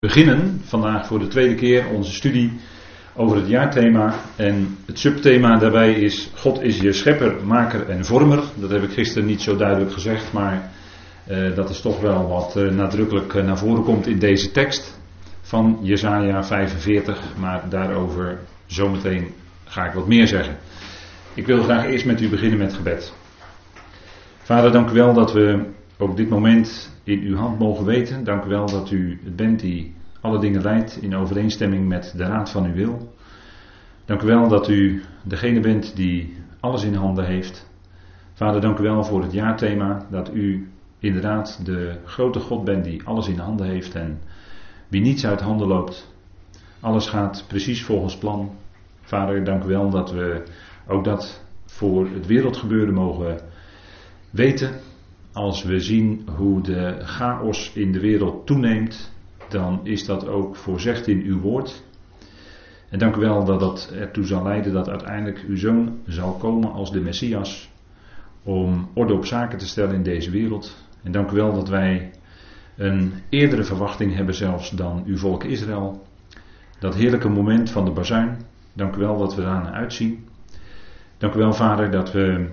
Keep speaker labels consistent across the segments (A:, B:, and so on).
A: We beginnen vandaag voor de tweede keer onze studie over het jaarthema en het subthema daarbij is God is je schepper, maker en vormer. Dat heb ik gisteren niet zo duidelijk gezegd, maar dat is toch wel wat nadrukkelijk naar voren komt in deze tekst van Jesaja 45, maar daarover zometeen ga ik wat meer zeggen. Ik wil graag eerst met u beginnen met gebed. Vader, dank u wel dat we ook dit moment in uw hand mogen weten. Dank u wel dat u het bent die alle dingen leidt in overeenstemming met de raad van uw wil. Dank u wel dat u degene bent die alles in handen heeft. Vader, dank u wel voor het jaarthema, dat u inderdaad de grote God bent die alles in handen heeft en wie niets uit handen loopt. Alles gaat precies volgens plan. Vader, dank u wel dat we ook dat voor het wereldgebeuren mogen weten. Als we zien hoe de chaos in de wereld toeneemt, dan is dat ook voorzegd in uw woord. En dank u wel dat dat ertoe zal leiden dat uiteindelijk uw zoon zal komen als de Messias om orde op zaken te stellen in deze wereld. En dank u wel dat wij een eerdere verwachting hebben zelfs dan uw volk Israël. Dat heerlijke moment van de bazuin, dank u wel dat we daar naar uitzien. Dank u wel, Vader, dat we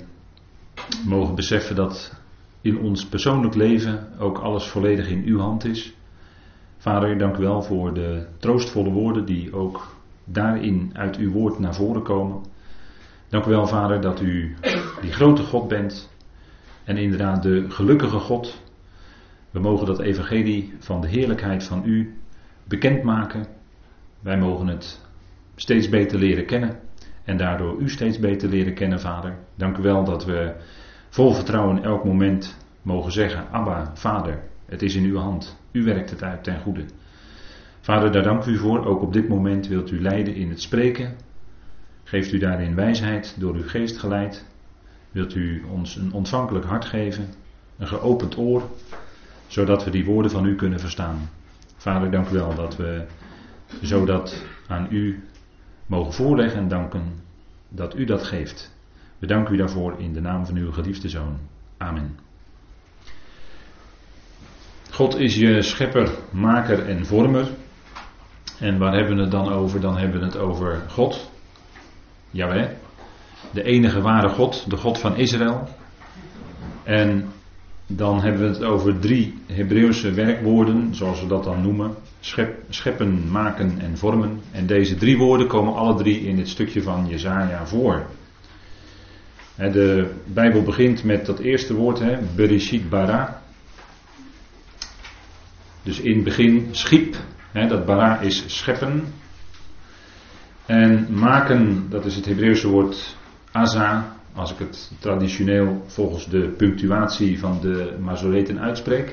A: mogen beseffen dat in ons persoonlijk leven ook alles volledig in uw hand is. Vader, dank u wel voor de troostvolle woorden die ook daarin uit uw woord naar voren komen. Dank u wel, Vader, dat u die grote God bent en inderdaad de gelukkige God. We mogen dat evangelie van de heerlijkheid van u bekendmaken. Wij mogen het steeds beter leren kennen en daardoor u steeds beter leren kennen, Vader. Dank u wel dat we vol vertrouwen elk moment mogen zeggen: Abba, Vader, het is in uw hand. U werkt het uit ten goede. Vader, daar dank u voor. Ook op dit moment wilt u leiden in het spreken. Geeft u daarin wijsheid, door uw geest geleid. Wilt u ons een ontvankelijk hart geven, een geopend oor, zodat we die woorden van u kunnen verstaan. Vader, dank u wel dat we zo dat aan u mogen voorleggen en danken dat u dat geeft. We danken u daarvoor in de naam van uw geliefde Zoon. Amen. God is je schepper, maker en vormer. En waar hebben we het dan over? Dan hebben we het over God. Jawel. De enige ware God, de God van Israël. En dan hebben we het over 3 Hebreeuwse werkwoorden, zoals we dat dan noemen. Scheppen, maken en vormen. En deze 3 woorden komen alle 3 in dit stukje van Jesaja voor. De Bijbel begint met dat eerste woord, Bereshit bara. Dus in het begin schiep, dat bara is scheppen. En maken, dat is het Hebreeuwse woord aza, als ik het traditioneel volgens de punctuatie van de Mazoreten uitspreek.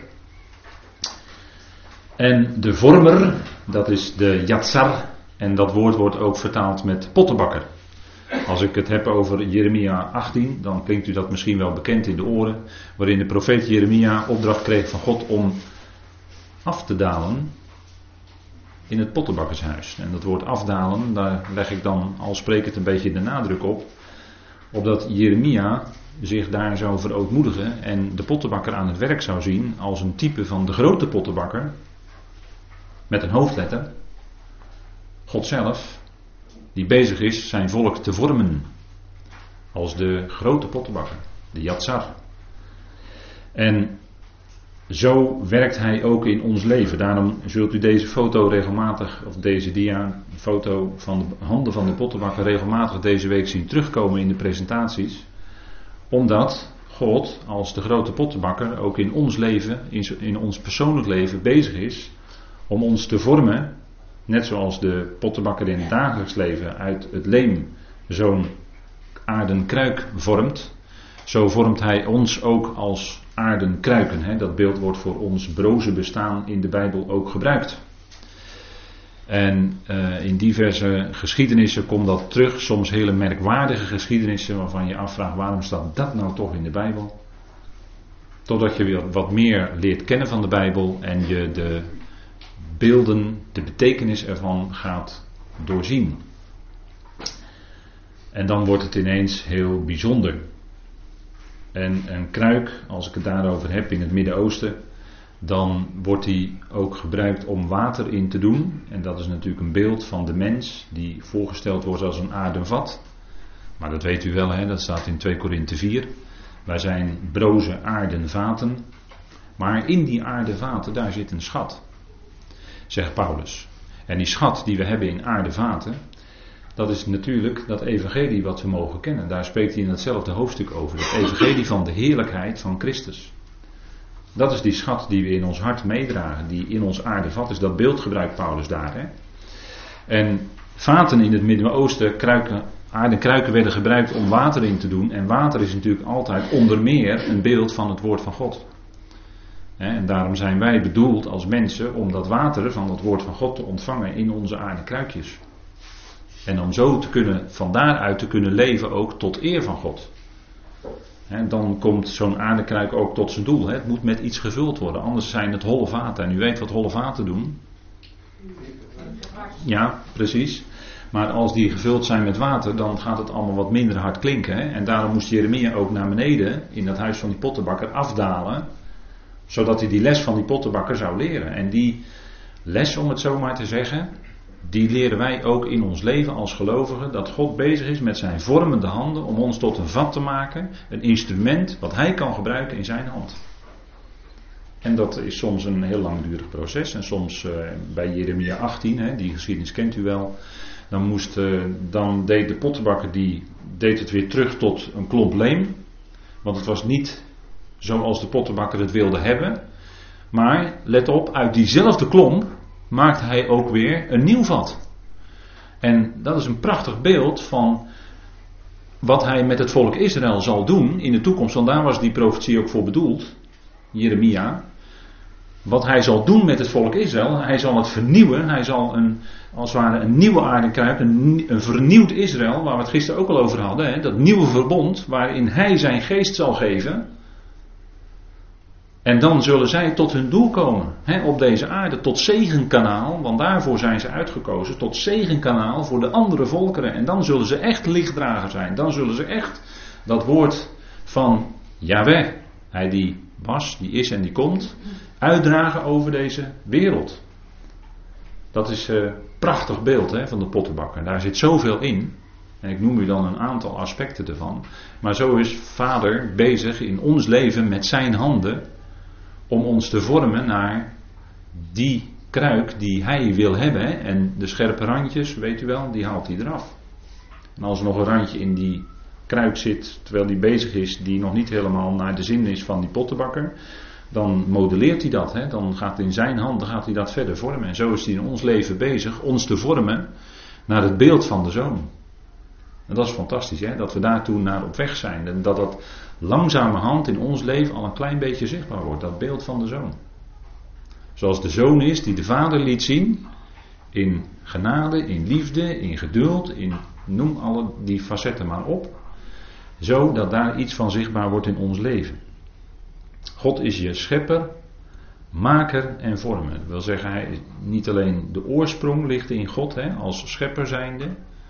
A: En de vormer, dat is de yatsar, en dat woord wordt ook vertaald met pottenbakker. Als ik het heb over Jeremia 18, dan klinkt u dat misschien wel bekend in de oren, waarin de profeet Jeremia opdracht kreeg van God om af te dalen in het pottenbakkershuis. En dat woord afdalen, daar leg ik dan al sprekend een beetje de nadruk op, opdat Jeremia zich daar zou verootmoedigen en de pottenbakker aan het werk zou zien als een type van de grote pottenbakker, met een hoofdletter, God zelf, die bezig is zijn volk te vormen als de grote pottenbakker, de Yatsar. En zo werkt hij ook in ons leven. Daarom zult u deze foto regelmatig, of deze dia, foto van de handen van de pottenbakker regelmatig deze week zien terugkomen in de presentaties. Omdat God als de grote pottenbakker ook in ons leven, in ons persoonlijk leven bezig is om ons te vormen. Net zoals de pottenbakker in het dagelijks leven uit het leem zo'n aardenkruik vormt. Zo vormt hij ons ook als aardenkruiken. Dat beeld wordt voor ons broze bestaan in de Bijbel ook gebruikt. En in diverse geschiedenissen komt dat terug. Soms hele merkwaardige geschiedenissen waarvan je afvraagt: waarom staat dat nou toch in de Bijbel? Totdat je weer wat meer leert kennen van de Bijbel en je de beelden, de betekenis ervan gaat doorzien. En dan wordt het ineens heel bijzonder. En een kruik, als ik het daarover heb in het Midden-Oosten, dan wordt die ook gebruikt om water in te doen. En dat is natuurlijk een beeld van de mens die voorgesteld wordt als een aarden vat. Maar dat weet u wel, hè? Dat staat in 2 Korinthe 4. Wij zijn broze aarden vaten. Maar in die aarden vaten, daar zit een schat, zegt Paulus. En die schat die we hebben in aarden vaten, dat is natuurlijk dat evangelie wat we mogen kennen. Daar spreekt hij in hetzelfde hoofdstuk over. Het evangelie van de heerlijkheid van Christus. Dat is die schat die we in ons hart meedragen, die in ons aardevat is. Dat beeld gebruikt Paulus daar. Hè? En vaten in het Midden-Oosten, aardenkruiken werden gebruikt om water in te doen. En water is natuurlijk altijd onder meer een beeld van het woord van God. En daarom zijn wij bedoeld als mensen om dat water van het woord van God te ontvangen in onze aardekruikjes. En om zo te kunnen, van daaruit te kunnen leven ook tot eer van God. En dan komt zo'n aardekruik ook tot zijn doel. Het moet met iets gevuld worden, anders zijn het holle vaten. En u weet wat holle vaten doen. Ja, precies. Maar als die gevuld zijn met water, dan gaat het allemaal wat minder hard klinken. Hè? En daarom moest Jeremia ook naar beneden, in dat huis van die pottenbakker, afdalen. Zodat hij die les van die pottenbakker zou leren. En die les, om het zo maar te zeggen, die leren wij ook in ons leven als gelovigen. Dat God bezig is met zijn vormende handen om ons tot een vat te maken. Een instrument wat hij kan gebruiken in zijn hand. En dat is soms een heel langdurig proces. En soms bij Jeremia 18, die geschiedenis kent u wel. Dan deed de pottenbakker deed het weer terug tot een klomp leem. Want het was niet zoals de pottenbakker het wilde hebben. Maar let op, uit diezelfde klomp maakt hij ook weer een nieuw vat. En dat is een prachtig beeld van wat hij met het volk Israël zal doen in de toekomst. Want daar was die profetie ook voor bedoeld. Jeremia. Wat hij zal doen met het volk Israël. Hij zal het vernieuwen. Hij zal als het ware een nieuwe aarde kruipen. Een vernieuwd Israël. Waar we het gisteren ook al over hadden. Hè, dat nieuwe verbond. Waarin hij zijn geest zal geven. En dan zullen zij tot hun doel komen. Op deze aarde. Tot zegenkanaal. Want daarvoor zijn ze uitgekozen. Tot zegenkanaal voor de andere volkeren. En dan zullen ze echt lichtdrager zijn. Dan zullen ze echt dat woord van Yahweh. Hij die was, die is en die komt. Uitdragen over deze wereld. Dat is een prachtig beeld van de pottenbakker. Daar zit zoveel in. En ik noem u dan een aantal aspecten ervan. Maar zo is Vader bezig in ons leven met zijn handen. Om ons te vormen naar die kruik die hij wil hebben. En de scherpe randjes, weet u wel, die haalt hij eraf. En als er nog een randje in die kruik zit, terwijl die bezig is, die nog niet helemaal naar de zin is van die pottenbakker, dan modelleert hij dat. Dan gaat in zijn handen gaat hij dat verder vormen. En zo is hij in ons leven bezig ons te vormen naar het beeld van de Zoon. En dat is fantastisch, dat we daartoe naar op weg zijn. En dat langzamerhand in ons leven al een klein beetje zichtbaar wordt. Dat beeld van de Zoon. Zoals de Zoon is die de Vader liet zien. In genade, in liefde, in geduld. Noem alle die facetten maar op. Zodat daar iets van zichtbaar wordt in ons leven. God is je schepper, maker en vormer. Dat wil zeggen, niet alleen de oorsprong ligt in God als schepper zijnde.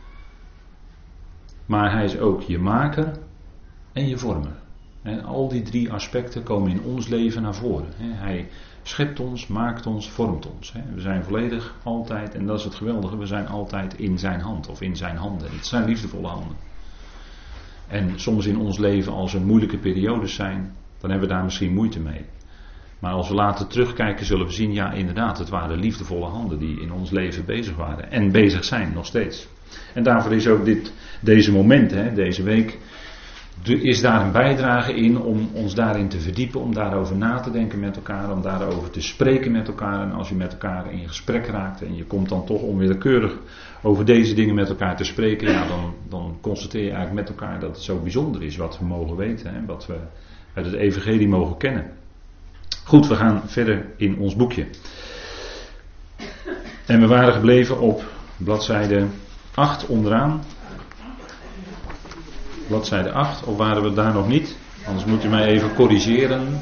A: Maar hij is ook je maker en je vormer. En al die 3 aspecten komen in ons leven naar voren. Hij schept ons, maakt ons, vormt ons. We zijn volledig altijd, en dat is het geweldige, we zijn altijd in zijn hand of in zijn handen. Het zijn liefdevolle handen. En soms in ons leven als er moeilijke periodes zijn, dan hebben we daar misschien moeite mee. Maar als we later terugkijken zullen we zien, ja inderdaad, het waren liefdevolle handen die in ons leven bezig waren. En bezig zijn nog steeds. En daarvoor is ook deze moment, deze week, is daar een bijdrage in om ons daarin te verdiepen, om daarover na te denken met elkaar, om daarover te spreken met elkaar. En als je met elkaar in gesprek raakt en je komt dan toch onwillekeurig over deze dingen met elkaar te spreken, ja, dan constateer je eigenlijk met elkaar dat het zo bijzonder is wat we mogen weten, wat we uit het evangelie mogen kennen. Goed, we gaan verder in ons boekje. En we waren gebleven op bladzijde 8 onderaan. Bladzijde 8, of waren we daar nog niet? Anders moet u mij even corrigeren.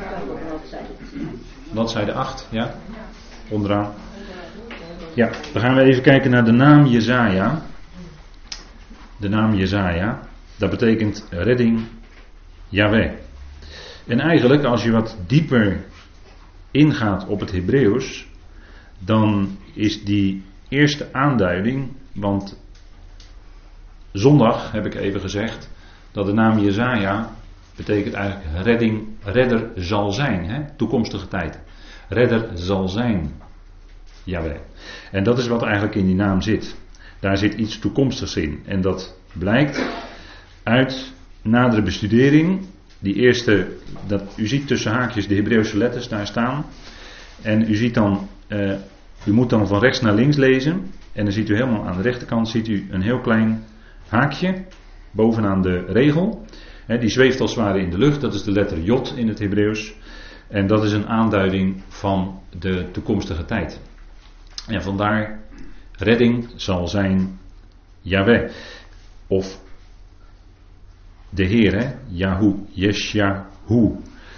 A: Bladzijde 8, ja? Onderaan. Ja, dan gaan we even kijken naar de naam Jesaja. De naam Jesaja, dat betekent redding Yahweh. En eigenlijk, als je wat dieper ingaat op het Hebreeuws, dan is die eerste aanduiding, want zondag heb ik even gezegd, dat de naam Jesaja betekent eigenlijk redder zal zijn, hè? Toekomstige tijd. Redder zal zijn, Jaweh. En dat is wat eigenlijk in die naam zit. Daar zit iets toekomstigs in. En dat blijkt uit nadere bestudering. Die eerste, u ziet tussen haakjes de Hebreeuwse letters daar staan. En u ziet dan, u moet dan van rechts naar links lezen. En dan ziet u helemaal aan de rechterkant ziet u een heel klein haakje bovenaan de regel. Die zweeft als het ware in de lucht. Dat is de letter Jod in het Hebreeuws. En dat is een aanduiding van de toekomstige tijd. En vandaar redding zal zijn Jaweh. Of de Heer, hè? Yahu, Yeshahu.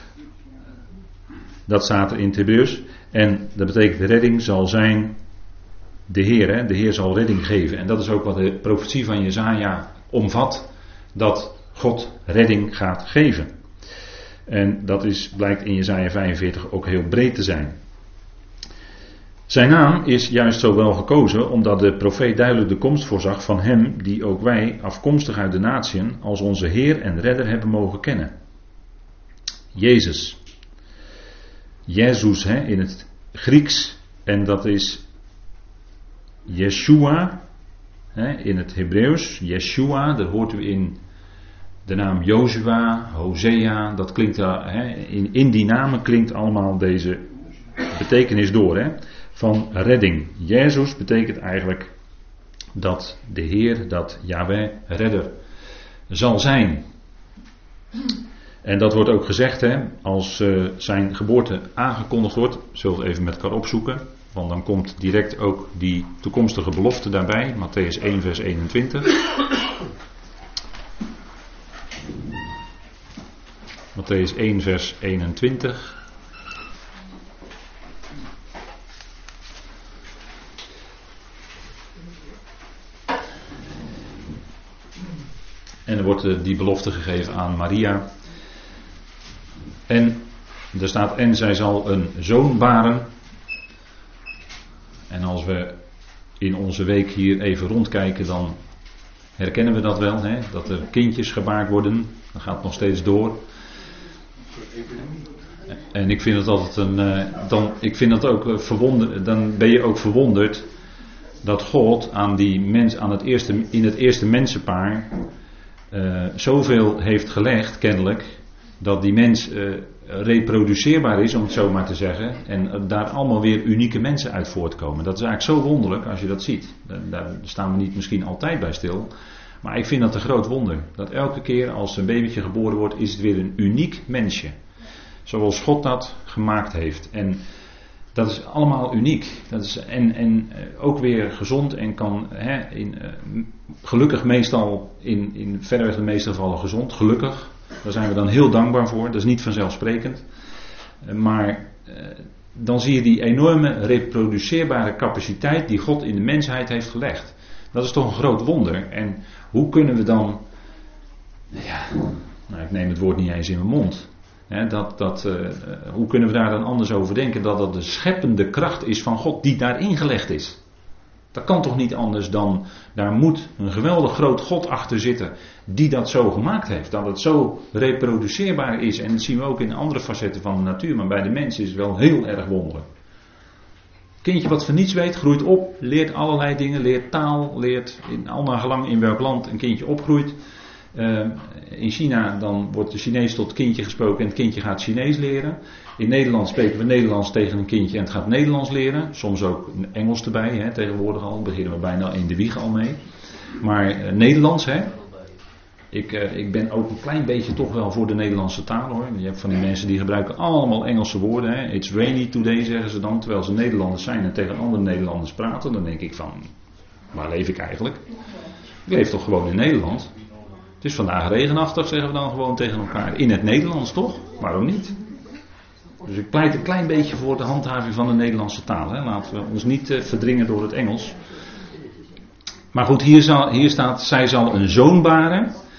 A: Dat staat er in het Hebreeuws. En dat betekent redding zal zijn de Heer. Hè? De Heer zal redding geven. En dat is ook wat de profetie van Jesaja omvat. Dat God redding gaat geven. En dat blijkt in Jesaja 45 ook heel breed te zijn. Zijn naam is juist zo wel gekozen omdat de profeet duidelijk de komst voorzag van hem die ook wij afkomstig uit de natieën als onze Heer en Redder hebben mogen kennen. Jezus. Jezus in het Grieks en dat is Yeshua in het Hebreeuws. Yeshua, dat hoort u in de naam Jozua, Hosea, dat klinkt in die namen klinkt allemaal deze betekenis door, van redding. Jezus betekent eigenlijk dat de Heer, dat Jaweh, redder zal zijn. En dat wordt ook gezegd, als zijn geboorte aangekondigd wordt, zullen we het even met elkaar opzoeken, want dan komt direct ook die toekomstige belofte daarbij, Mattheüs 1 vers 21. Mattheüs 1 vers 21. En er wordt die belofte gegeven aan Maria. En er staat, en zij zal een zoon baren. En als we in onze week hier even rondkijken, dan herkennen we dat wel, dat er kindjes gebaard worden. Dat gaat nog steeds door. En ik vind het altijd ik vind dat ook dan ben je ook verwonderd dat God aan in het eerste mensenpaar zoveel heeft gelegd, kennelijk, dat die mens reproduceerbaar is, om het zo maar te zeggen, en daar allemaal weer unieke mensen uit voortkomen. Dat is eigenlijk zo wonderlijk als je dat ziet. Daar staan we niet misschien altijd bij stil. Maar ik vind dat een groot wonder. Dat elke keer als een babytje geboren wordt, is het weer een uniek mensje. Zoals God dat gemaakt heeft. En dat is allemaal uniek. Dat is, en ook weer gezond en kan gelukkig meestal in verreweg de meeste gevallen gezond. Gelukkig. Daar zijn we dan heel dankbaar voor. Dat is niet vanzelfsprekend. Maar dan zie je die enorme reproduceerbare capaciteit die God in de mensheid heeft gelegd. Dat is toch een groot wonder. En hoe kunnen we dan... ik neem het woord niet eens in mijn mond. Hoe kunnen we daar dan anders over denken? Dat dat de scheppende kracht is van God die daarin gelegd is. Dat kan toch niet anders dan... Daar moet een geweldig groot God achter zitten die dat zo gemaakt heeft. Dat het zo reproduceerbaar is. En dat zien we ook in andere facetten van de natuur. Maar bij de mens is het wel heel erg wonderlijk. Kindje wat van niets weet, groeit op, leert allerlei dingen, leert taal, leert al naar gelang in welk land een kindje opgroeit. In China dan wordt de Chinees tot kindje gesproken en het kindje gaat Chinees leren. In Nederland spreken we Nederlands tegen een kindje en het gaat Nederlands leren. Soms ook Engels erbij, tegenwoordig al, beginnen we bijna in de wieg al mee. Maar Nederlands, Ik ben ook een klein beetje toch wel voor de Nederlandse taal, hoor. Je hebt van die mensen die gebruiken allemaal Engelse woorden. It's rainy today, zeggen ze dan, terwijl ze Nederlanders zijn en tegen andere Nederlanders praten. Dan denk ik van, waar leef ik eigenlijk? Ik leef toch gewoon in Nederland? Het is vandaag regenachtig, zeggen we dan gewoon tegen elkaar. In het Nederlands toch? Waarom niet? Dus ik pleit een klein beetje voor de handhaving van de Nederlandse taal. Laten we ons niet verdringen door het Engels. Maar goed, hier staat, zij zal een zoon baren.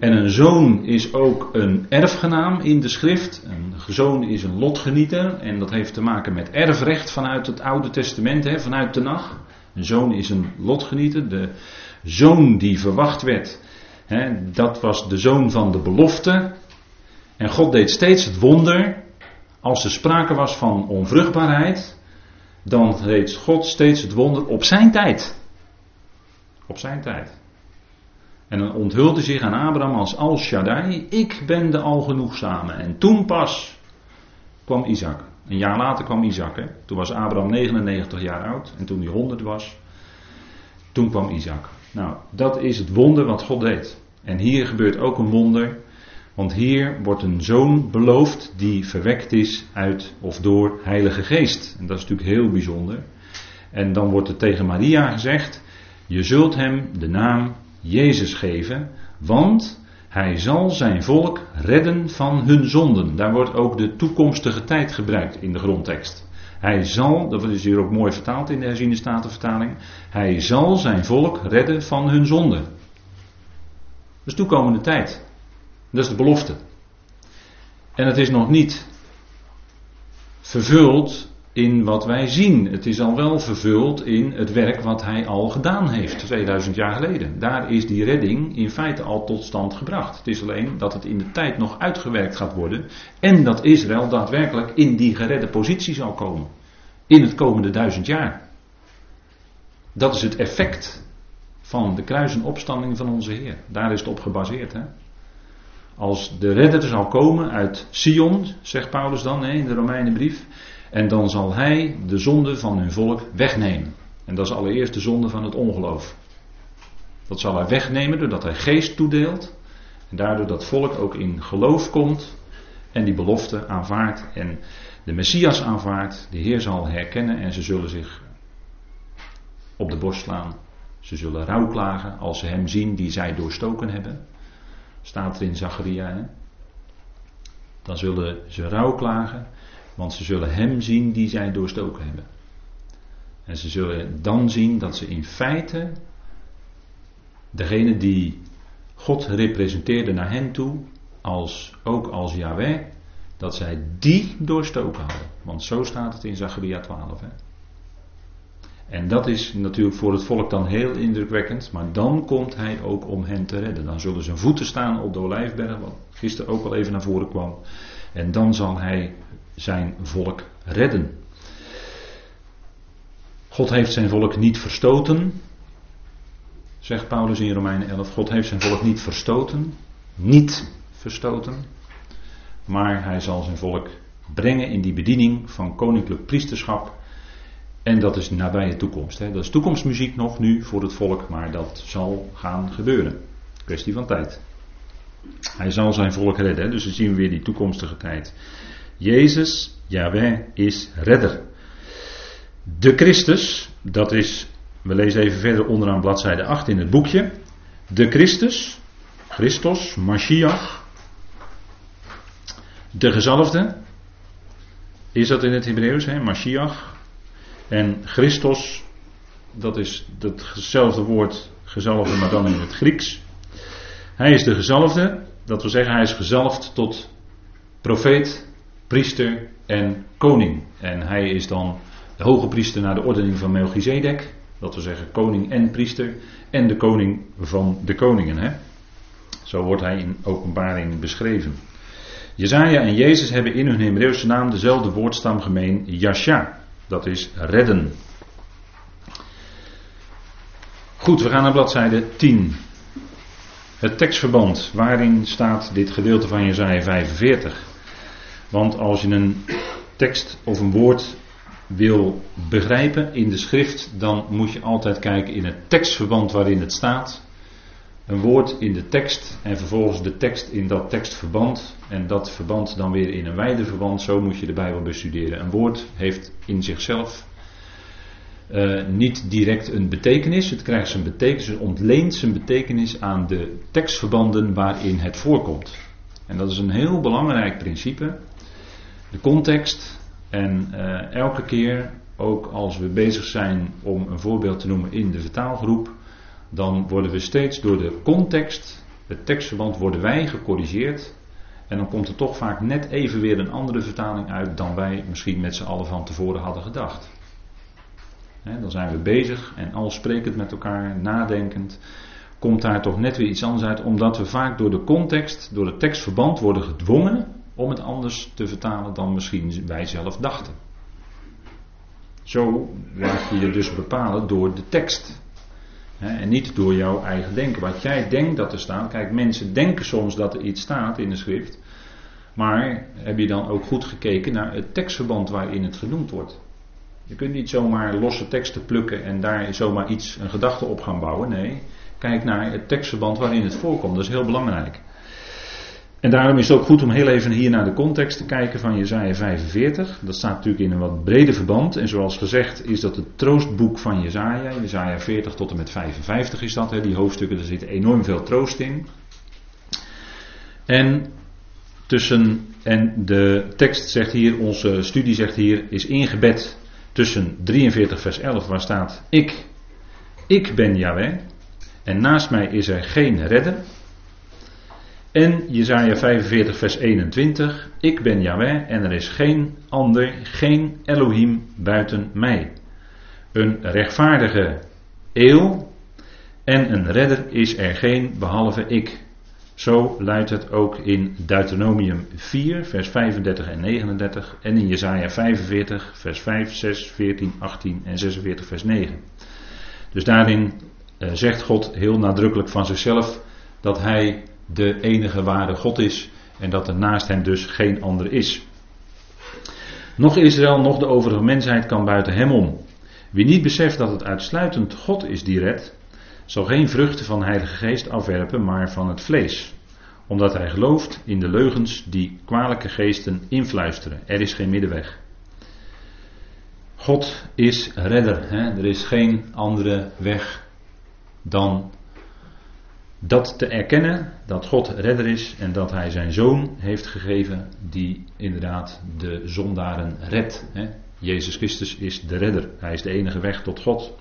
A: En een zoon is ook een erfgenaam in de schrift. Een zoon is een lotgenieter. En dat heeft te maken met erfrecht vanuit het Oude Testament, vanuit Tenach. Een zoon is een lotgenieter. De zoon die verwacht werd, dat was de zoon van de belofte. En God deed steeds het wonder. Als er sprake was van onvruchtbaarheid, dan deed God steeds het wonder op zijn tijd. Op zijn tijd. En dan onthulde zich aan Abraham als Al Shaddai, ik ben de Algenoegzame. En toen pas kwam Isaac. Een jaar later kwam Isaac. Toen was Abraham 99 jaar oud. En toen hij 100 was, toen kwam Isaac. Nou, dat is het wonder wat God deed. En hier gebeurt ook een wonder. Want hier wordt een zoon beloofd die verwekt is uit of door Heilige Geest. En dat is natuurlijk heel bijzonder. En dan wordt er tegen Maria gezegd, je zult hem de naam Jezus geven, want hij zal zijn volk redden van hun zonden. Daar wordt ook de toekomstige tijd gebruikt in de grondtekst. Hij zal, dat is hier ook mooi vertaald in de herziene statenvertaling, hij zal zijn volk redden van hun zonden. Dat is toekomende tijd. Dat is de belofte. En het is nog niet vervuld in wat wij zien. Het is al wel vervuld in het werk wat hij al gedaan heeft 2000 jaar geleden. Daar is die redding in feite al tot stand gebracht. Het is alleen dat het in de tijd nog uitgewerkt gaat worden. En dat Israël daadwerkelijk in die geredde positie zal komen. In het komende 1000 jaar. Dat is het effect van de kruis en opstanding van onze Heer. Daar is het op gebaseerd. Als de redder zal komen uit Sion, zegt Paulus dan in de Romeinenbrief. En dan zal hij de zonde van hun volk wegnemen. En dat is allereerst de zonde van het ongeloof. Dat zal hij wegnemen doordat hij geest toedeelt. En daardoor dat volk ook in geloof komt. En die belofte aanvaardt. En de Messias aanvaardt. De Heer zal herkennen. En ze zullen zich op de borst slaan. Ze zullen rouwklagen als ze hem zien die zij doorstoken hebben. Staat er in Zacharia. Dan zullen ze rouwklagen. Want ze zullen hem zien die zij doorstoken hebben. En ze zullen dan zien dat ze in feite degene die God representeerde naar hen toe, ook als Yahweh, dat zij die doorstoken hadden. Want zo staat het in Zacharia 12. En dat is natuurlijk voor het volk dan heel indrukwekkend. Maar dan komt hij ook om hen te redden. Dan zullen zijn voeten staan op de Olijfberg, wat gisteren ook al even naar voren kwam. En dan zal hij zijn volk redden. God heeft zijn volk niet verstoten, zegt Paulus in Romeinen 11. God heeft zijn volk niet verstoten, maar hij zal zijn volk brengen in die bediening van koninklijk priesterschap. En dat is nabije toekomst. Dat is toekomstmuziek nog nu voor het volk, maar dat zal gaan gebeuren. Kwestie van tijd. Hij zal zijn volk redden, dus dan zien we weer die toekomstige tijd. Jezus, Yahweh, is redder. De Christus, dat is, we lezen even verder onderaan bladzijde 8 in het boekje. De Christus, Christos, Mashiach, de gezalfde, is dat in het Hebreeuws, Mashiach. En Christos, dat is hetzelfde woord gezalfde, maar dan in het Grieks. Hij is de gezalfde, dat wil zeggen hij is gezalfd tot profeet, priester en koning. En hij is dan de hoge priester naar de ordening van Melchizedek. Dat wil zeggen koning en priester. En de koning van de koningen. Zo wordt hij in Openbaring beschreven. Jesaja en Jezus hebben in hun Hebreeuwse naam dezelfde woordstam gemeen. Yasha. Dat is redden. Goed, we gaan naar bladzijde 10. Het tekstverband. Waarin staat dit gedeelte van Jesaja 45? Want als je een tekst of een woord wil begrijpen in de schrift, dan moet je altijd kijken in het tekstverband waarin het staat. Een woord in de tekst en vervolgens de tekst in dat tekstverband. En dat verband dan weer in een wijder verband. Zo moet je de Bijbel bestuderen. Een woord heeft in zichzelf niet direct een betekenis. Het krijgt zijn betekenis, het ontleent zijn betekenis aan de tekstverbanden waarin het voorkomt. En dat is een heel belangrijk principe. De context. En elke keer, ook als we bezig zijn om een voorbeeld te noemen in de vertaalgroep, dan worden we steeds door de context het tekstverband worden wij gecorrigeerd. En dan komt er toch vaak net even weer een andere vertaling uit dan wij misschien met z'n allen van tevoren hadden gedacht. Dan zijn we bezig en al sprekend met elkaar, nadenkend, komt daar toch net weer iets anders uit. Omdat we vaak door de context, door het tekstverband worden gedwongen om het anders te vertalen dan misschien wij zelf dachten. Zo laat je je dus bepalen door de tekst. En niet door jouw eigen denken. Wat jij denkt dat er staat. Kijk, mensen denken soms dat er iets staat in de schrift. Maar heb je dan ook goed gekeken naar het tekstverband waarin het genoemd wordt? Je kunt niet zomaar losse teksten plukken en daar zomaar een gedachte op gaan bouwen. Nee, kijk naar het tekstverband waarin het voorkomt. Dat is heel belangrijk. En daarom is het ook goed om heel even hier naar de context te kijken van Jesaja 45. Dat staat natuurlijk in een wat breder verband. En zoals gezegd is dat het troostboek van Jesaja. Jesaja 40 tot en met 55 is dat. Die hoofdstukken, daar zit enorm veel troost in. En de tekst zegt hier, onze studie zegt hier, is ingebed tussen 43 vers 11 waar staat ik ben Yahweh. En naast mij is er geen redder. En Jesaja 45 vers 21. Ik ben Yahweh en er is geen ander, geen Elohim buiten mij. Een rechtvaardige eeuw en een redder is er geen behalve ik. Zo luidt het ook in Deuteronomium 4 vers 35 en 39. En in Jesaja 45 vers 5, 6, 14, 18 en 46 vers 9. Dus daarin zegt God heel nadrukkelijk van zichzelf dat hij de enige ware God is en dat er naast hem dus geen ander is. Nog Israël, nog de overige mensheid kan buiten hem om. Wie niet beseft dat het uitsluitend God is die redt, zal geen vruchten van de Heilige Geest afwerpen, maar van het vlees. Omdat hij gelooft in de leugens die kwalijke geesten influisteren. Er is geen middenweg. God is redder. Er is geen andere weg dan dat te erkennen, dat God redder is en dat hij zijn zoon heeft gegeven die inderdaad de zondaren redt. Jezus Christus is de redder. Hij is de enige weg tot God.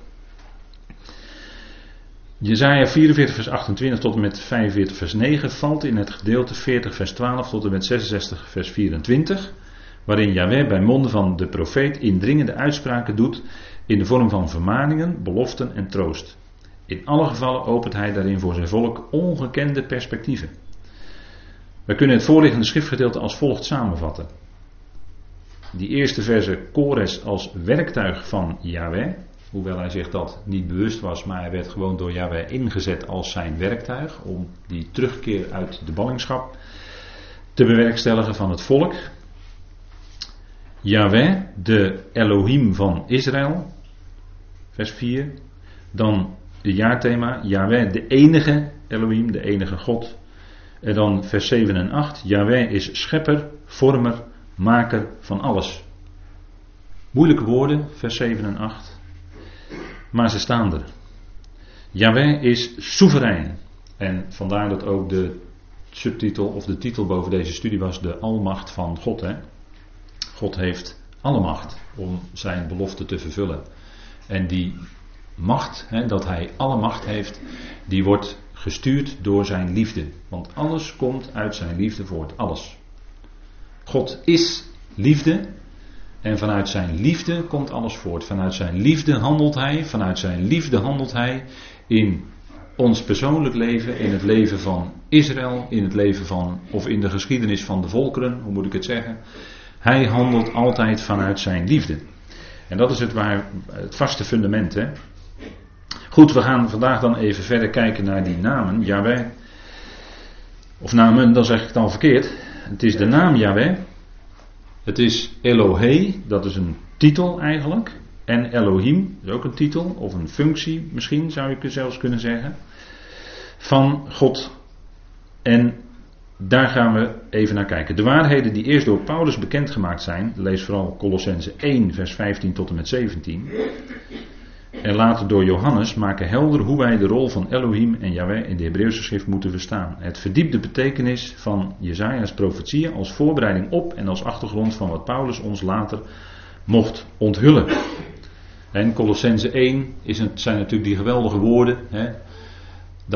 A: Jesaja 44 vers 28 tot en met 45 vers 9 valt in het gedeelte 40 vers 12 tot en met 66 vers 24. Waarin Yahweh bij monden van de profeet indringende uitspraken doet in de vorm van vermaningen, beloften en troost. In alle gevallen opent hij daarin voor zijn volk ongekende perspectieven. We kunnen het voorliggende schriftgedeelte als volgt samenvatten. Die eerste verse, Kores als werktuig van Yahweh. Hoewel hij zich dat niet bewust was, maar hij werd gewoon door Yahweh ingezet als zijn werktuig. Om die terugkeer uit de ballingschap te bewerkstelligen van het volk. Yahweh, de Elohim van Israël. Vers 4. Dan het jaarthema, Yahweh, de enige Elohim, de enige God. En dan vers 7 en 8. Yahweh is schepper, vormer, maker van alles. Moeilijke woorden, vers 7 en 8. Maar ze staan er. Yahweh is soeverein. En vandaar dat ook de subtitel of de titel boven deze studie was de almacht van God. God heeft alle macht om zijn belofte te vervullen. En die macht, dat hij alle macht heeft, die wordt gestuurd door zijn liefde. Want alles komt uit zijn liefde voort. Alles. God is liefde. En vanuit zijn liefde komt alles voort. Vanuit zijn liefde handelt hij. Vanuit zijn liefde handelt hij in ons persoonlijk leven. In het leven van Israël. In het leven van, of in de geschiedenis van de volkeren. Hoe moet ik het zeggen? Hij handelt altijd vanuit zijn liefde. En dat is het vaste fundament. Goed, we gaan vandaag dan even verder kijken naar die namen. Yahweh. Of namen, dan zeg ik het al verkeerd. Het is de naam Yahweh. Het is Elohe, dat is een titel eigenlijk. En Elohim, is ook een titel of een functie misschien zou je zelfs kunnen zeggen. Van God. En daar gaan we even naar kijken. De waarheden die eerst door Paulus bekendgemaakt zijn. Lees vooral Kolossenzen 1 vers 15 tot en met 17. En later door Johannes maken helder hoe wij de rol van Elohim en Yahweh in de Hebreeuwse schrift moeten verstaan. Het verdiept de betekenis van Jesaja's profetieën als voorbereiding op en als achtergrond van wat Paulus ons later mocht onthullen. En Kolossenzen 1 zijn natuurlijk die geweldige woorden. Dat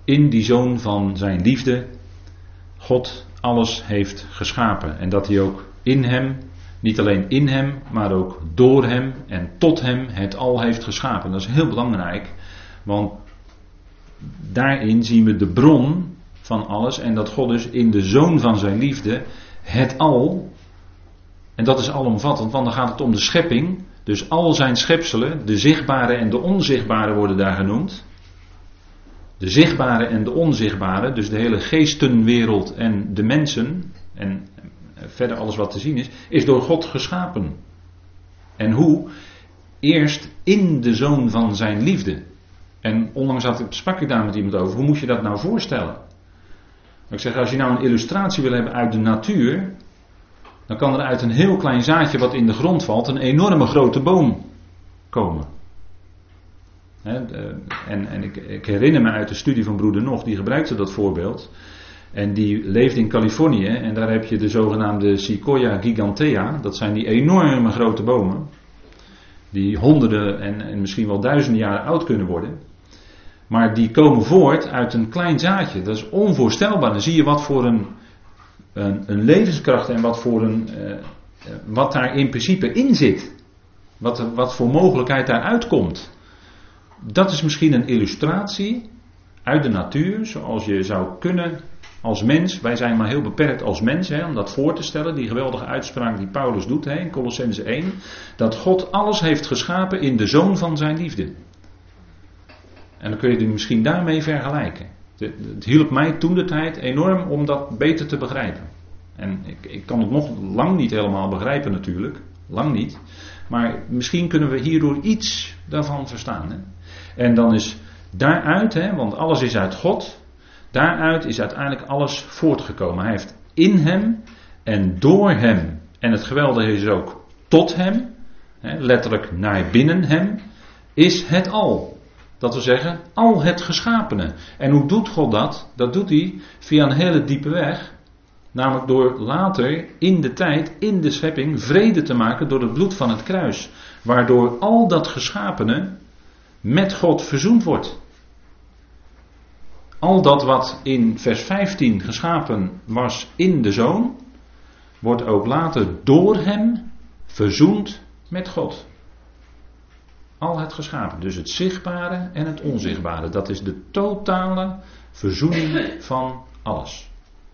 A: in die zoon van zijn liefde God alles heeft geschapen. En dat hij ook in hem, niet alleen in hem, maar ook door hem en tot hem het al heeft geschapen. Dat is heel belangrijk, want daarin zien we de bron van alles en dat God dus in de zoon van zijn liefde het al, en dat is alomvattend, want dan gaat het om de schepping, dus al zijn schepselen, de zichtbare en de onzichtbare worden daar genoemd. De zichtbare en de onzichtbare, dus de hele geestenwereld en de mensen en verder alles wat te zien is door God geschapen. En hoe? Eerst in de zoon van zijn liefde. En onlangs sprak ik daar met iemand over, hoe moet je dat nou voorstellen? Ik zeg, als je nou een illustratie wil hebben uit de natuur, dan kan er uit een heel klein zaadje wat in de grond valt een enorme grote boom komen. En ik herinner me uit de studie van broeder Nog, die gebruikte dat voorbeeld. En die leefde in Californië en daar heb je de zogenaamde Sequoia gigantea. Dat zijn die enorme grote bomen. Die honderden en misschien wel duizenden jaren oud kunnen worden. Maar die komen voort uit een klein zaadje. Dat is onvoorstelbaar. Dan zie je wat voor een levenskracht en wat daar in principe in zit. Wat voor mogelijkheid daaruit komt. Dat is misschien een illustratie uit de natuur, zoals je zou kunnen als mens. Wij zijn maar heel beperkt als mens, om dat voor te stellen. Die geweldige uitspraak die Paulus doet in Kolossenzen 1. Dat God alles heeft geschapen in de zoon van zijn liefde. En dan kun je het misschien daarmee vergelijken. Het hielp mij toentertijd enorm om dat beter te begrijpen. En ik kan het nog lang niet helemaal begrijpen natuurlijk. Lang niet. Maar misschien kunnen we hierdoor iets daarvan verstaan. En dan is daaruit, want alles is uit God. Daaruit is uiteindelijk alles voortgekomen. Hij heeft in hem en door hem. En het geweldige is ook tot hem. Letterlijk naar binnen hem. Is het al. Dat wil zeggen, al het geschapene. En hoe doet God dat? Dat doet hij via een hele diepe weg. Namelijk door later in de tijd, in de schepping, vrede te maken door het bloed van het kruis. Waardoor al dat geschapene met God verzoend wordt. Al dat wat in vers 15 geschapen was in de Zoon, wordt ook later door hem verzoend met God. Al het geschapen, dus het zichtbare en het onzichtbare. Dat is de totale verzoening van alles.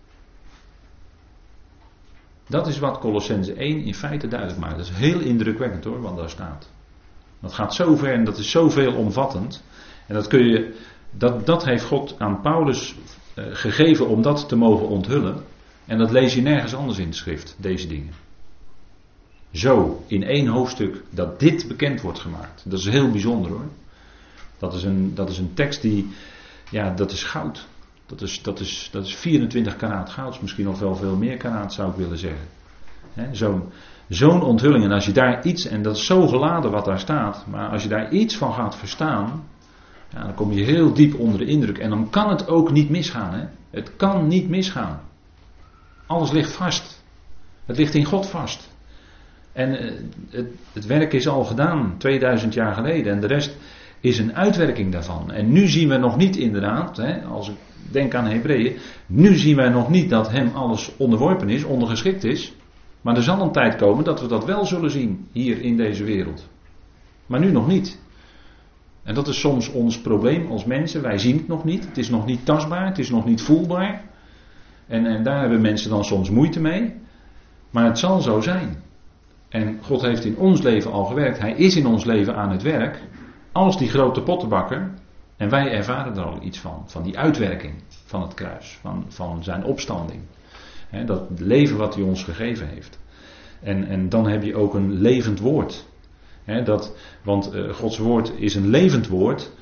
A: Dat is wat Kolossenzen 1 in feite duidelijk maakt. Dat is heel indrukwekkend hoor, wat daar staat. Dat gaat zo ver en dat is zo veelomvattend. En dat heeft God aan Paulus gegeven om dat te mogen onthullen. En dat lees je nergens anders in de schrift, deze dingen. Zo, in één hoofdstuk, dat dit bekend wordt gemaakt. Dat is heel bijzonder hoor. Dat is een tekst die, ja, dat is goud. Dat is 24 karaat goud, misschien nog wel veel meer karaat zou ik willen zeggen. Zo'n onthulling, en als je daar iets, en dat is zo geladen wat daar staat, maar als je daar iets van gaat verstaan, ja, dan kom je heel diep onder de indruk. En dan kan het ook niet misgaan. Het kan niet misgaan. Alles ligt vast. Het ligt in God vast. En het werk is al gedaan 2000 jaar geleden en de rest is een uitwerking daarvan. En nu zien we nog niet inderdaad, als ik denk aan Hebreeën, nu zien wij nog niet dat hem alles onderworpen is, ondergeschikt is. Maar er zal een tijd komen dat we dat wel zullen zien hier in deze wereld. Maar nu nog niet. En dat is soms ons probleem als mensen. Wij zien het nog niet. Het is nog niet tastbaar. Het is nog niet voelbaar. En daar hebben mensen dan soms moeite mee. Maar het zal zo zijn. En God heeft in ons leven al gewerkt. Hij is in ons leven aan het werk. Als die grote pottenbakker. En wij ervaren er al iets van. Van die uitwerking van het kruis. Van zijn opstanding. Dat leven wat hij ons gegeven heeft. En dan heb je ook een levend woord. Want Gods woord is een levend woord.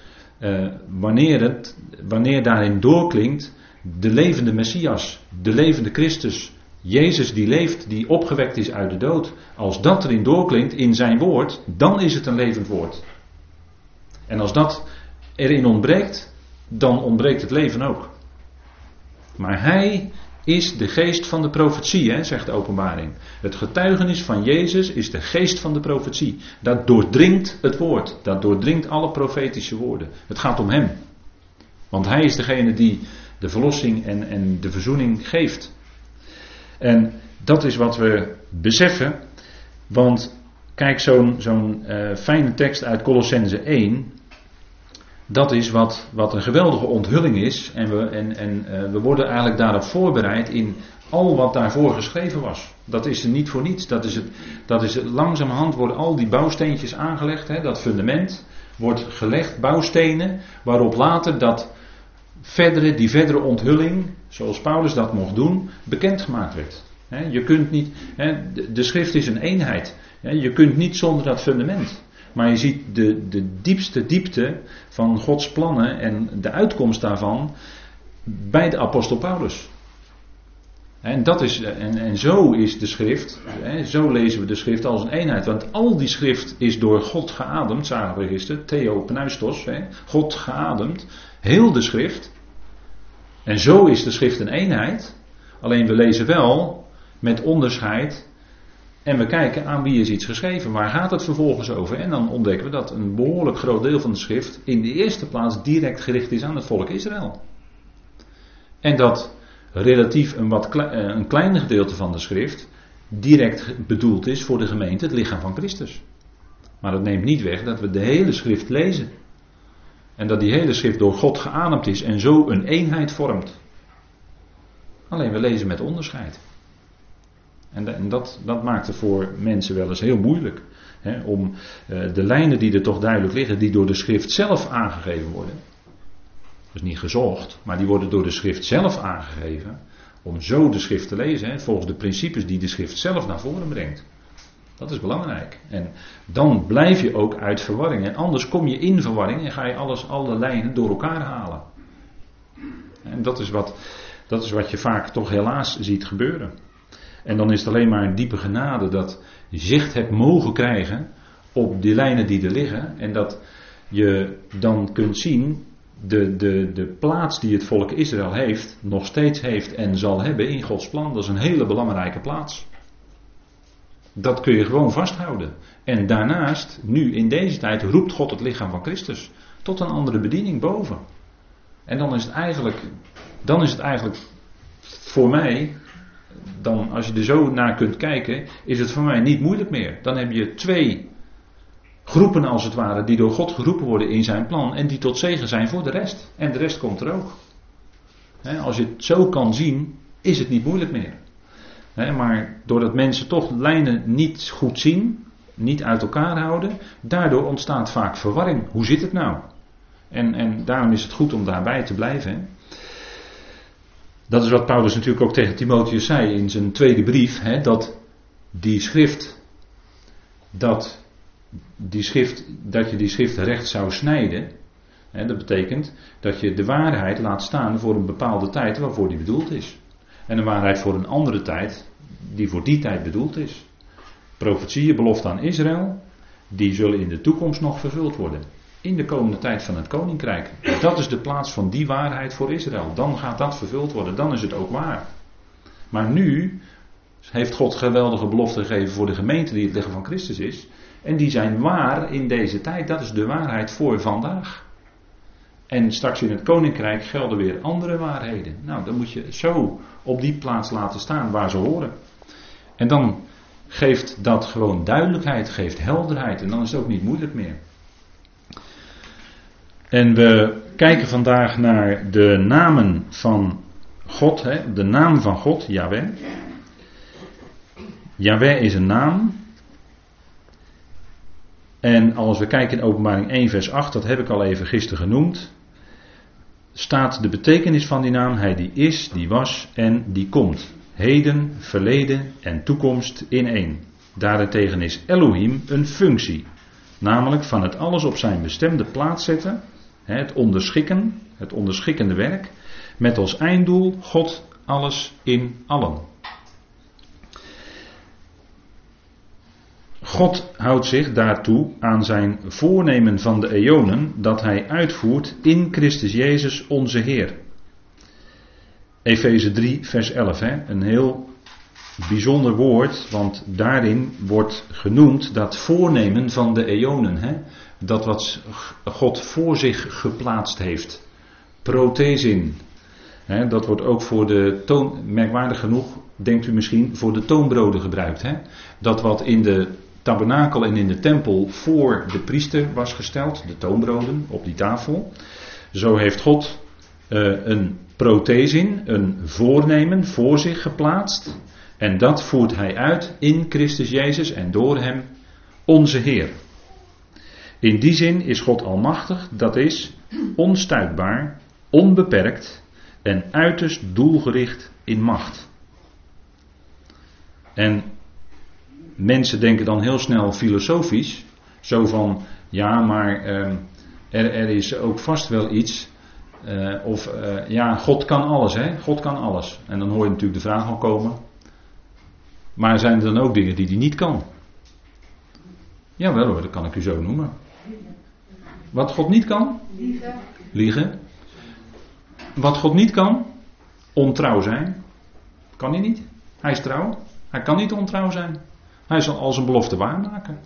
A: Wanneer daarin doorklinkt de levende Messias. De levende Christus. Jezus die leeft, die opgewekt is uit de dood. Als dat erin doorklinkt in zijn woord, dan is het een levend woord. En als dat erin ontbreekt, dan ontbreekt het leven ook. Maar hij is de geest van de profetie, zegt de openbaring. Het getuigenis van Jezus is de geest van de profetie. Dat doordringt het woord. Dat doordringt alle profetische woorden. Het gaat om hem. Want hij is degene die de verlossing en de verzoening geeft. En dat is wat we beseffen. Want kijk, zo'n fijne tekst uit Kolossenzen 1. Dat is wat een geweldige onthulling is. En we worden eigenlijk daarop voorbereid in al wat daarvoor geschreven was. Dat is er niet voor niets. Dat is langzamerhand worden al die bouwsteentjes aangelegd. Hè, dat fundament wordt gelegd, bouwstenen, waarop later die verdere onthulling, zoals Paulus dat mocht doen, bekendgemaakt werd. Je kunt niet, de schrift is een eenheid. Je kunt niet zonder dat fundament. Maar je ziet de diepste diepte van Gods plannen en de uitkomst daarvan bij de apostel Paulus. En zo is de schrift, zo lezen we de schrift als een eenheid. Want al die schrift is door God geademd, zagen we gisteren, theopneustos, God geademd, heel de schrift. En zo is de schrift een eenheid. Alleen we lezen wel met onderscheid en we kijken aan wie is iets geschreven. Waar gaat het vervolgens over? En dan ontdekken we dat een behoorlijk groot deel van de schrift in de eerste plaats direct gericht is aan het volk Israël. En dat relatief een klein gedeelte van de schrift direct bedoeld is voor de gemeente, het lichaam van Christus. Maar dat neemt niet weg dat we de hele schrift lezen. En dat die hele schrift door God geademd is en zo een eenheid vormt. Alleen we lezen met onderscheid. En dat maakt het voor mensen wel eens heel moeilijk. Om de lijnen die er toch duidelijk liggen, die door de schrift zelf aangegeven worden. Dus niet gezocht, maar die worden door de schrift zelf aangegeven. Om zo de schrift te lezen, volgens de principes die de schrift zelf naar voren brengt. Dat is belangrijk. En dan blijf je ook uit verwarring. En anders kom je in verwarring en ga je alle lijnen door elkaar halen. En dat is wat je vaak toch helaas ziet gebeuren. En dan is het alleen maar een diepe genade dat je zicht hebt mogen krijgen op die lijnen die er liggen. En dat je dan kunt zien de plaats die het volk Israël heeft, nog steeds heeft en zal hebben in Gods plan. Dat is een hele belangrijke plaats. Dat kun je gewoon vasthouden. En daarnaast, nu in deze tijd, roept God het lichaam van Christus tot een andere bediening boven. En dan is het eigenlijk voor mij, dan als je er zo naar kunt kijken, is het voor mij niet moeilijk meer. Dan heb je twee groepen als het ware die door God geroepen worden in zijn plan en die tot zegen zijn voor de rest. En de rest komt er ook. Als je het zo kan zien, is het niet moeilijk meer. Maar doordat mensen toch lijnen niet goed zien, niet uit elkaar houden, daardoor ontstaat vaak verwarring. Hoe zit het nou? En daarom is het goed om daarbij te blijven. Dat is wat Paulus natuurlijk ook tegen Timotheus zei in zijn tweede brief, dat je die schrift recht zou snijden. Dat betekent dat je de waarheid laat staan voor een bepaalde tijd waarvoor die bedoeld is. En een waarheid voor een andere tijd die voor die tijd bedoeld is. Profetieën, belofte aan Israël, die zullen in de toekomst nog vervuld worden. In de komende tijd van het koninkrijk. Dat is de plaats van die waarheid voor Israël. Dan gaat dat vervuld worden, dan is het ook waar. Maar nu heeft God geweldige beloften gegeven voor de gemeente die het lichaam van Christus is. En die zijn waar in deze tijd. Dat is de waarheid voor vandaag. En straks in het koninkrijk gelden weer andere waarheden. Nou, dan moet je zo op die plaats laten staan waar ze horen. En dan geeft dat gewoon duidelijkheid, geeft helderheid. En dan is het ook niet moeilijk meer. En we kijken vandaag naar de namen van God. De naam van God, Yahweh. Yahweh is een naam. En als we kijken in Openbaring 1 vers 8, dat heb ik al even gisteren genoemd, staat de betekenis van die naam, hij die is, die was en die komt. Heden, verleden en toekomst in één. Daarentegen is Elohim een functie. Namelijk van het alles op zijn bestemde plaats zetten, het onderschikken, het onderschikkende werk, met als einddoel God alles in allen. God houdt zich daartoe aan zijn voornemen van de eonen dat hij uitvoert in Christus Jezus onze Heer. Efeze 3 vers 11, een heel bijzonder woord, want daarin wordt genoemd dat voornemen van de eonen. Dat wat God voor zich geplaatst heeft. prothesin. Dat wordt ook voor de merkwaardig genoeg, denkt u misschien, voor de toonbroden gebruikt. Dat wat in de tabernakel en in de tempel voor de priester was gesteld, de toonbroden op die tafel. Zo heeft God een prothesin, een voornemen voor zich geplaatst. En dat voert hij uit in Christus Jezus en door hem onze Heer. In die zin is God almachtig, dat is onstuitbaar, onbeperkt en uiterst doelgericht in macht. En mensen denken dan heel snel filosofisch, zo van, ja maar er is ook vast wel iets, God kan alles, God kan alles. En dan hoor je natuurlijk de vraag al komen, maar zijn er dan ook dingen die hij niet kan? Jawel hoor, dat kan ik u zo noemen. Wat God niet kan? Liegen. Wat God niet kan? Ontrouw zijn. Kan hij niet. Hij is trouw. Hij kan niet ontrouw zijn. Hij zal al zijn belofte waarmaken.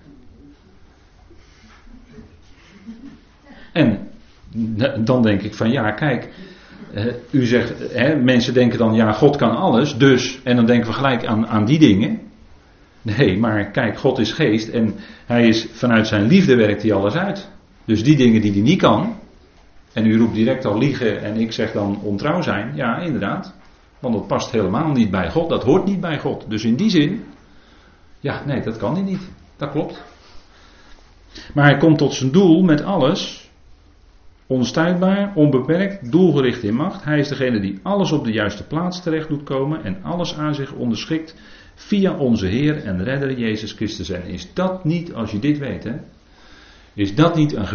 A: En dan denk ik van ja, kijk, u zegt, mensen denken dan ja, God kan alles, dus, en dan denken we gelijk aan die dingen. Nee, maar kijk, God is geest en hij is vanuit zijn liefde werkt hij alles uit. Dus die dingen die hij niet kan, en u roept direct al liegen en ik zeg dan ontrouw zijn, ja inderdaad, want dat past helemaal niet bij God, dat hoort niet bij God. Dus in die zin, ja nee, dat kan hij niet, dat klopt. Maar hij komt tot zijn doel met alles, onstuitbaar, onbeperkt, doelgericht in macht. Hij is degene die alles op de juiste plaats terecht doet komen en alles aan zich onderschikt via onze Heer en Redder Jezus Christus. En is dat niet, als je dit weet, is dat niet een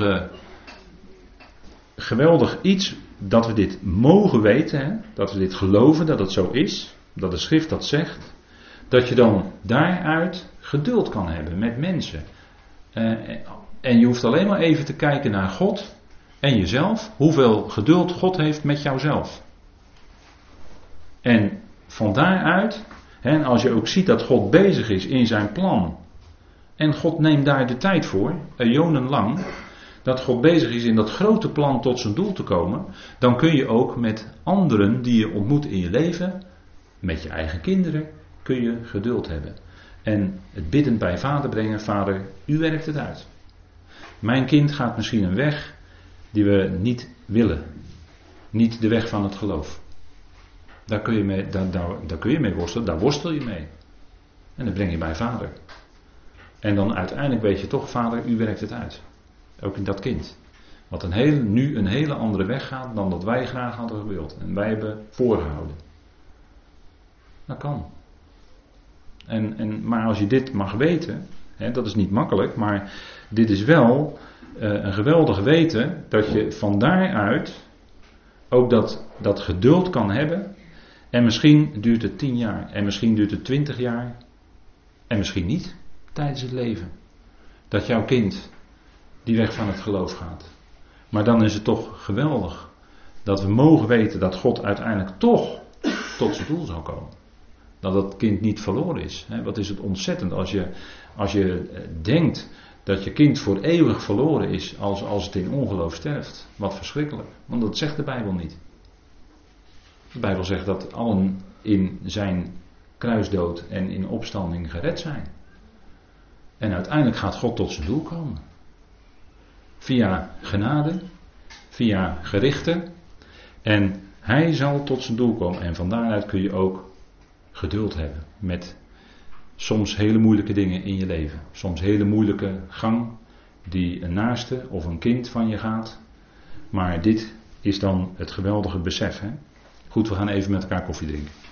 A: geweldig iets dat we dit mogen weten, dat we dit geloven, dat het zo is, dat de schrift dat zegt, dat je dan daaruit geduld kan hebben met mensen. En je hoeft alleen maar even te kijken naar God en jezelf, hoeveel geduld God heeft met jouzelf. En van daaruit, als je ook ziet dat God bezig is in zijn plan, en God neemt daar de tijd voor, eonenlang, dat God bezig is in dat grote plan tot zijn doel te komen, dan kun je ook met anderen die je ontmoet in je leven, met je eigen kinderen, kun je geduld hebben. En het bidden bij vader brengen, vader, u werkt het uit. Mijn kind gaat misschien een weg die we niet willen. Niet de weg van het geloof. Daar kun je mee worstelen, daar worstel je mee. En dat breng je bij vader. En dan uiteindelijk weet je toch, vader, u werkt het uit. Ook in dat kind. Wat nu een hele andere weg gaat dan dat wij graag hadden gewild. En wij hebben voorgehouden. Dat kan. Maar als je dit mag weten, dat is niet makkelijk, maar dit is wel een geweldig weten dat je van daaruit ook dat geduld kan hebben. En misschien duurt het 10 jaar, en misschien duurt het 20 jaar, en misschien niet tijdens het leven. Dat jouw kind die weg van het geloof gaat. Maar dan is het toch geweldig dat we mogen weten dat God uiteindelijk toch tot zijn doel zal komen. Dat dat kind niet verloren is. Wat is het ontzettend als je denkt dat je kind voor eeuwig verloren is als het in ongeloof sterft. Wat verschrikkelijk. Want dat zegt de Bijbel niet. De Bijbel zegt dat allen in zijn kruisdood en in opstanding gered zijn. En uiteindelijk gaat God tot zijn doel komen. Via genade, via gerichten. En hij zal tot zijn doel komen. En van daaruit kun je ook geduld hebben met soms hele moeilijke dingen in je leven. Soms hele moeilijke gang die een naaste of een kind van je gaat. Maar dit is dan het geweldige besef. Goed, we gaan even met elkaar koffie drinken.